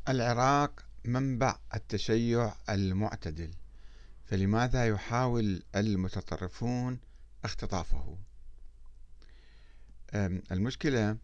العراق منبع التشيع المعتدل، فلماذا يحاول المتطرفون اختطافه؟ المشكلة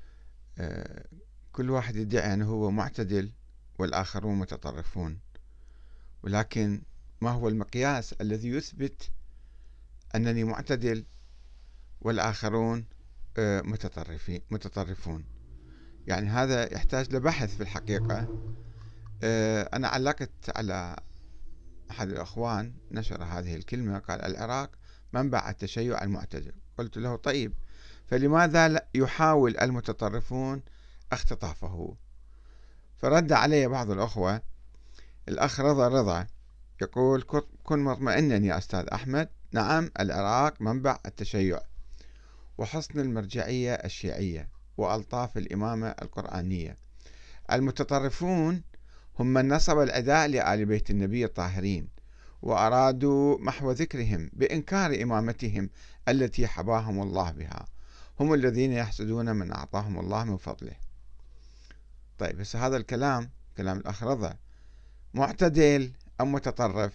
كل واحد يدعي أنه هو معتدل والآخرون متطرفون، ولكن ما هو المقياس الذي يثبت أنني معتدل والآخرون متطرفون؟ يعني هذا يحتاج لبحث في الحقيقة. أنا علقت على أحد الأخوان نشر هذه الكلمة، قال العراق منبع التشيع المعتدل. قلت له طيب، فلماذا يحاول المتطرفون اختطافه؟ فرد علي بعض الأخوة، الأخ رضا يقول: كن مطمئنا يا أستاذ أحمد، نعم العراق منبع التشيع وحصن المرجعية الشيعية وألطاف الإمامة القرآنية. المتطرفون هم من نصب العداء لآل بيت النبي الطاهرين، وأرادوا محو ذكرهم بإنكار إمامتهم التي حباهم الله بها. هم الذين يحسدون من أعطاهم الله من فضله. طيب، بس هذا الكلام كلام الأخ رضا معتدل أم متطرف؟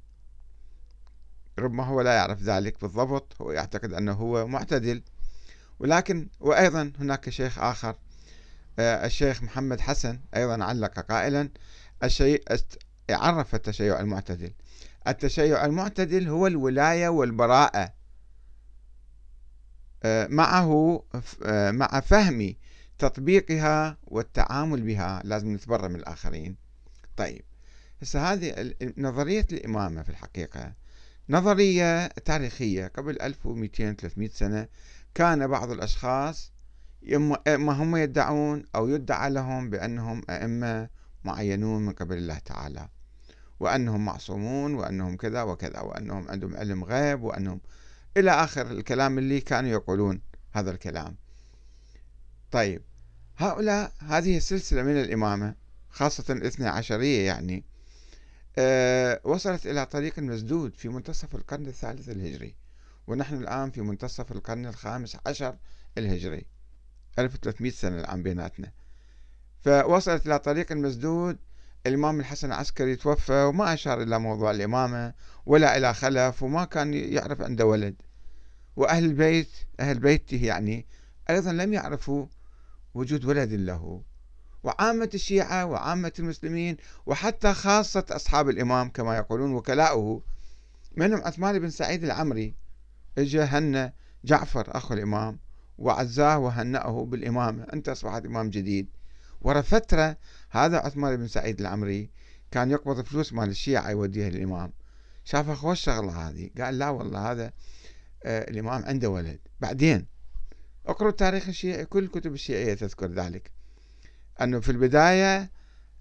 ربما هو لا يعرف ذلك بالضبط، هو يعتقد أنه هو معتدل. ولكن وأيضا هناك شيخ آخر، الشيخ محمد حسن، أيضا علق قائلا: عرف التشيع المعتدل: التشيع المعتدل هو الولاية والبراءة مع فهم تطبيقها والتعامل بها، لازم نتبرى من الآخرين. طيب، هسه هذه نظرية الإمامة في الحقيقة نظرية تاريخية. قبل 1200-300 سنة كان بعض الأشخاص ما هم يدعون أو يدعى لهم بأنهم أئمة معينون من قبل الله تعالى، وأنهم معصومون، وأنهم كذا وكذا، وأنهم عندهم علم غيب، وأنهم إلى آخر الكلام اللي كانوا يقولون هذا الكلام. طيب، هؤلاء هذه السلسلة من الإمامة، خاصة الاثنى عشرية، يعني وصلت إلى طريق مسدود في منتصف القرن الثالث الهجري، ونحن الآن في منتصف القرن الخامس عشر الهجري، 1300 سنة الآن بيناتنا. فوصلت إلى طريق مسدود. الإمام الحسن العسكري توفى وما أشار إلى موضوع الإمامة ولا إلى خلف، وما كان يعرف عنده ولد. وأهل البيت، أهل بيته يعني، أيضا لم يعرفوا وجود ولد له. وعامة الشيعة وعامة المسلمين وحتى خاصة أصحاب الإمام كما يقولون وكلاؤه، منهم عثمان بن سعيد العمري، اجى هنأ جعفر أخو الإمام وعزاه وهنأه بالإمامة، أنت أصبحت إمام جديد. ورا فترة هذا عثمان بن سعيد العمري كان يقبض فلوس مال الشيعة يوديها للإمام. شافها خوش شغلة هذه، قال لا والله هذا الإمام عنده ولد. بعدين اقرأوا التاريخ الشيعي، كل الكتب الشيعية تذكر ذلك، أنه في البداية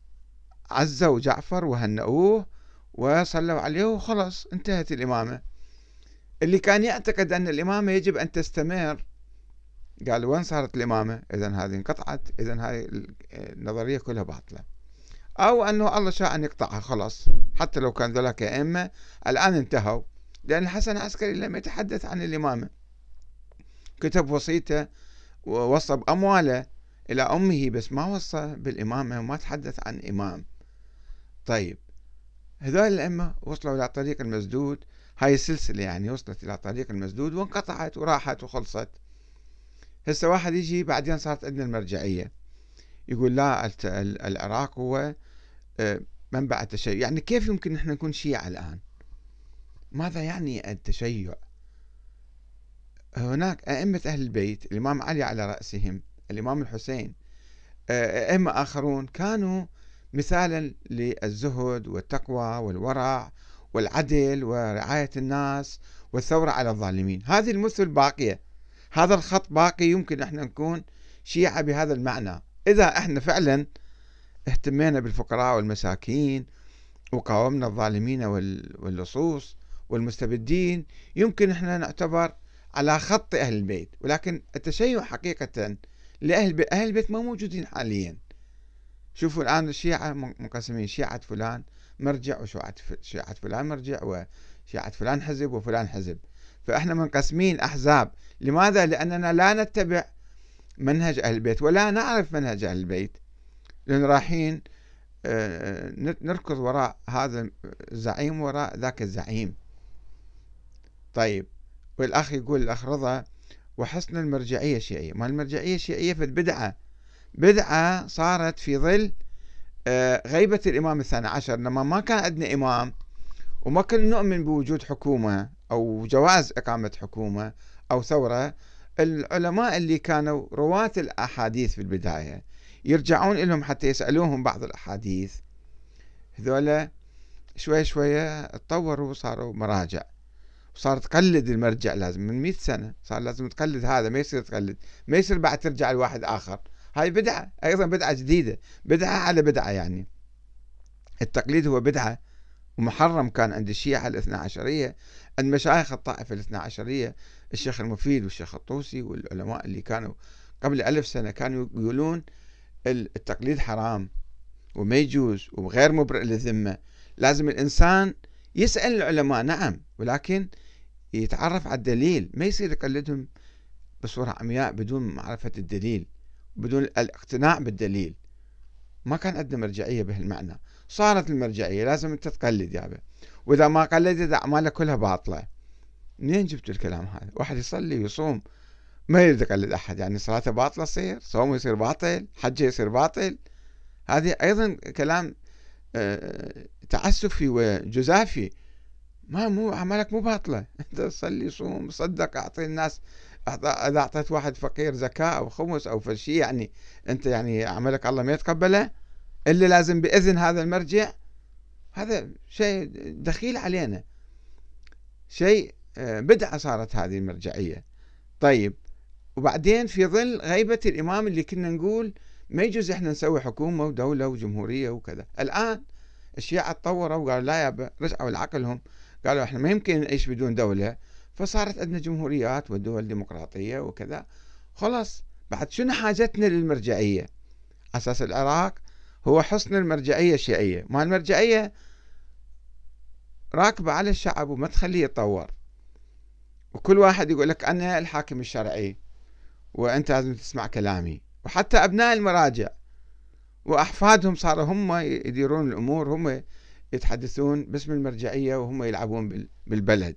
عزوا جعفر وهنأوه وصلوا عليه وخلص انتهت الإمامة. اللي كان يعتقد أن الإمامة يجب أن تستمر قال: وين صارت الإمامة؟ إذن هذه انقطعت، إذن هذه النظرية كلها باطلة، أو أنه الله شاء أن يقطعها خلاص، حتى لو كان ذلك أئمة الآن انتهوا، لأن الحسن العسكري لم يتحدث عن الإمامة، كتب وصيته ووصى بأمواله إلى أمه، بس ما وصى بالإمامة وما تحدث عن إمام. طيب، هذول الأئمة وصلوا إلى طريق المسدود، هاي السلسلة يعني وصلت إلى طريق المسدود وانقطعت وراحت وخلصت. هسه واحد يجي بعدين صارت عندنا المرجعية يقول لا العراق هو منبع التشيع. يعني كيف يمكن نحن نكون شيعة الآن؟ ماذا يعني التشيع؟ هناك أئمة أهل البيت، الإمام علي على رأسهم، الإمام الحسين، أئمة آخرون كانوا مثالا للزهد والتقوى والورع والعدل ورعاية الناس والثورة على الظالمين. هذه المثل باقية، هذا الخط باقي. يمكن احنا نكون شيعة بهذا المعنى إذا احنا فعلا اهتمينا بالفقراء والمساكين وقاومنا الظالمين واللصوص والمستبدين. يمكن احنا نعتبر على خط أهل البيت. ولكن التشيع حقيقة أهل البيت ما موجودين حاليا. شوفوا الآن الشيعة منقسمين: شيعة فلان مرجع، وشيعة فلان مرجع، وشيعة فلان حزب وفلان حزب. فإحنا منقسمين أحزاب. لماذا؟ لأننا لا نتبع منهج أهل البيت ولا نعرف منهج أهل البيت، لأن رايحين نركض وراء هذا الزعيم وراء ذاك الزعيم. طيب، والأخ يقول الأخ رضا: وحسن المرجعية الشيعية. ما المرجعية الشيعية بدعة صارت في ظل غيبة الإمام الثاني عشر. لما ما كان عندنا إمام وما كنا نؤمن بوجود حكومة أو جواز إقامة حكومة أو ثورة، العلماء اللي كانوا رواة الأحاديث في البداية يرجعون لهم حتى يسألوهم بعض الأحاديث، هذولا شوية شوية تطوروا وصاروا مراجع، وصار تقلد المرجع. لازم من 100 سنة صار لازم تقلد هذا، ما يصير تقلد، ما يصير بعد ترجع لواحد آخر. هاي بدعة، أيضا بدعة جديدة، بدعة على بدعة. يعني التقليد هو بدعة ومحرم كان عند الشيعة الاثنى عشرية، عند مشايخ الطائفة الاثنى عشرية، الشيخ المفيد والشيخ الطوسي والعلماء اللي كانوا قبل 1000 سنة كانوا يقولون التقليد حرام وما يجوز وغير مبرئ للذمة. لازم الإنسان يسأل العلماء، نعم، ولكن يتعرف على الدليل، ما يصير يقلدهم بصورة عمياء بدون معرفة الدليل، بدون الاقتناع بالدليل. ما كان عندنا مرجعية بهالمعنى. صارت المرجعية لازم أنت تقلد يابا، وإذا ما قلدت أعمالك كلها باطلة. منين جبت الكلام هذا؟ واحد يصلي ويصوم ما يريد يقلد أحد، يعني صلاته باطلة تصير، صومه يصير باطل، حجه يصير باطل. هذه أيضا كلام تعسفي وجزافي. مو أعمالك مو باطلة، أنت صلي صوم صدق أعطي الناس، إذا أعطيت واحد فقير زكاة أو خمس أو فشي، يعني أنت يعني عملك الله ما يتقبله إلا لازم بإذن هذا المرجع. هذا شيء دخيل علينا، شيء بدعة صارت هذه المرجعية. طيب، وبعدين في ظل غيبة الإمام اللي كنا نقول ما يجوز إحنا نسوي حكومة ودولة وجمهورية وكذا، الآن الشيعة تطوروا وقالوا لا يابا، رجعوا لعقلهم، قالوا إحنا ما يمكن نعيش بدون دولة، فصارت عندنا جمهوريات ودول ديمقراطية وكذا. خلاص، بعد شنو حاجتنا للمرجعية؟ أساس العراق هو حصن المرجعية الشيعية. ما المرجعية راكبة على الشعب وما تخليه يتطور، وكل واحد يقول لك أنا الحاكم الشرعي وأنت لازم تسمع كلامي. وحتى أبناء المراجع وأحفادهم صاروا هم يديرون الأمور، هم يتحدثون باسم المرجعية وهم يلعبون بالبلد.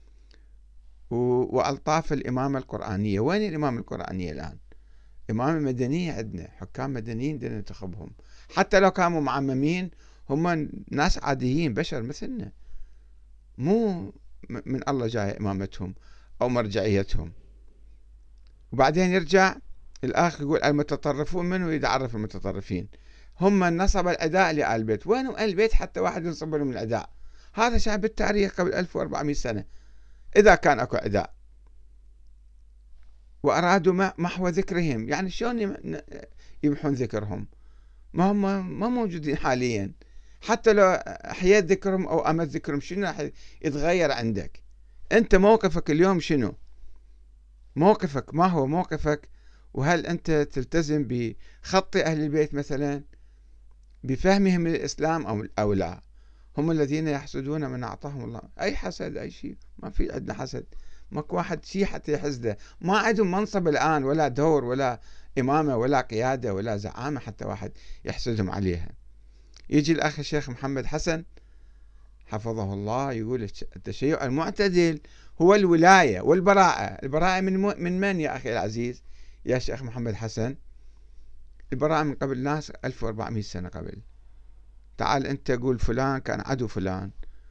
وألطاف الإمامة القرآنية، وين الإمامة القرآنية الآن؟ إمامة مدنية عندنا، حكام مدنيين بدنا ننتخبهم، حتى لو كانوا معممين، هم ناس عاديين بشر مثلنا، مو من الله جاية إمامتهم أو مرجعيتهم. وبعدين يرجع الآخر يقول المتطرفون، منو يعرف المتطرفين؟ هم نصب العداء لآل البيت. وين آل البيت حتى واحد ينصب لهم العداء؟ هذا شعب بالتاريخ قبل 1400 سنة إذا كان أكو عداء. وأرادوا محو ذكرهم، يعني شلون يمحون ذكرهم؟ ما هم ما موجودين حاليا. حتى لو أحييت ذكرهم أو أمت ذكرهم، شنو راح يتغير عندك؟ أنت موقفك اليوم شنو؟ موقفك ما هو موقفك؟ وهل أنت تلتزم بخط أهل البيت مثلا، بفهمهم الإسلام أو لا؟ هم الذين يحسدون من أعطاهم الله. أي حسد، أي شيء، ما في عندنا حسد، ماكو واحد شيء حتى يحسده. ما عندهم منصب الآن ولا دور ولا إمامة ولا قيادة ولا زعامة حتى واحد يحسدهم عليها. يجي الأخ الشيخ محمد حسن حفظه الله يقول التشيع المعتدل هو الولاية والبراءة. البراءة من من يا أخي العزيز يا شيخ محمد حسن؟ البراءة من قبل ناس 1400 سنة قبل. تعال أنت قول فلان كان عدو فلان،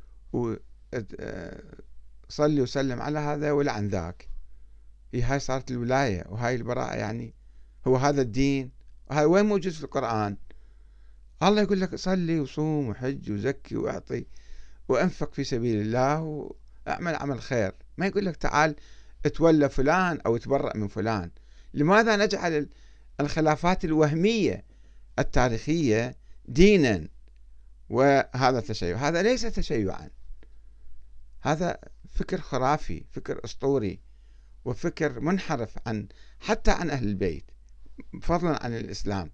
وصلي وسلم على هذا ولعن ذاك. هاي صارت الولاية وهاي البراءة. يعني هو هذا الدين؟ هاي وين موجود في القرآن؟ الله يقول لك صلي وصوم وحج وزكي واعطي وانفق في سبيل الله واعمل عمل خير. ما يقول لك تعال اتولى فلان او اتبرأ من فلان. لماذا نجعل الخلافات الوهمية التاريخية دينا؟ وهذا تشيع، هذا ليس تشيعا، هذا فكر خرافي، فكر أسطوري، وفكر منحرف حتى عن أهل البيت، فضلا عن الإسلام.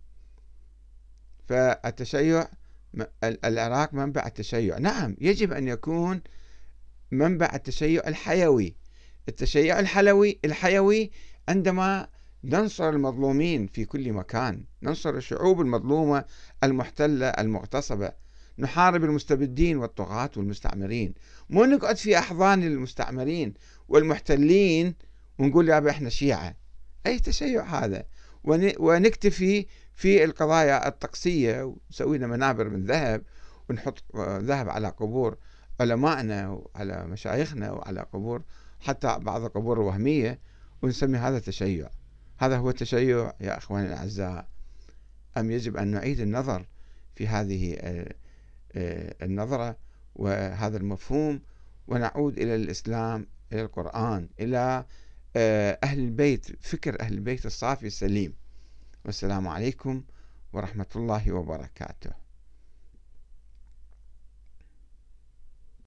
فالتشيع، العراق منبع التشيع، نعم يجب أن يكون منبع التشيع الحيوي. التشيع الحيوي عندما ننصر المظلومين في كل مكان، ننصر الشعوب المظلومة المحتلة المغتصبة، نحارب المستبدين والطغاة والمستعمرين، مو نقعد في أحضان المستعمرين والمحتلين ونقول يا احنا شيعة. أي تشيع هذا؟ ونكتفي في القضايا الطقسية ونسوي لنا منابر من ذهب ونحط ذهب على قبور علمائنا وعلى مشايخنا وعلى قبور، حتى بعض القبور الوهمية، ونسمي هذا تشيع. هذا هو التشيع يا أخواني الأعزاء؟ أم يجب أن نعيد النظر في هذه النظرة وهذا المفهوم، ونعود إلى الإسلام، إلى القرآن، إلى أهل البيت، فكر أهل البيت الصافي السليم. والسلام عليكم ورحمة الله وبركاته.